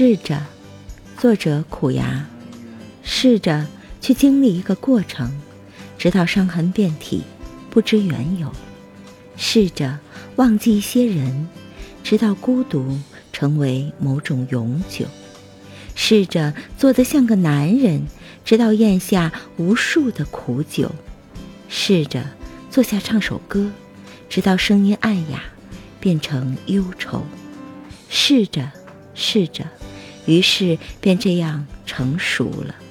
试着，作者苦牙，试着去经历一个过程，直到伤痕遍体，不知缘由；试着忘记一些人，直到孤独成为某种永久；试着做得像个男人，直到咽下无数的苦酒；试着坐下唱首歌，直到声音暗哑，变成忧愁；试着，于是便这样成熟了。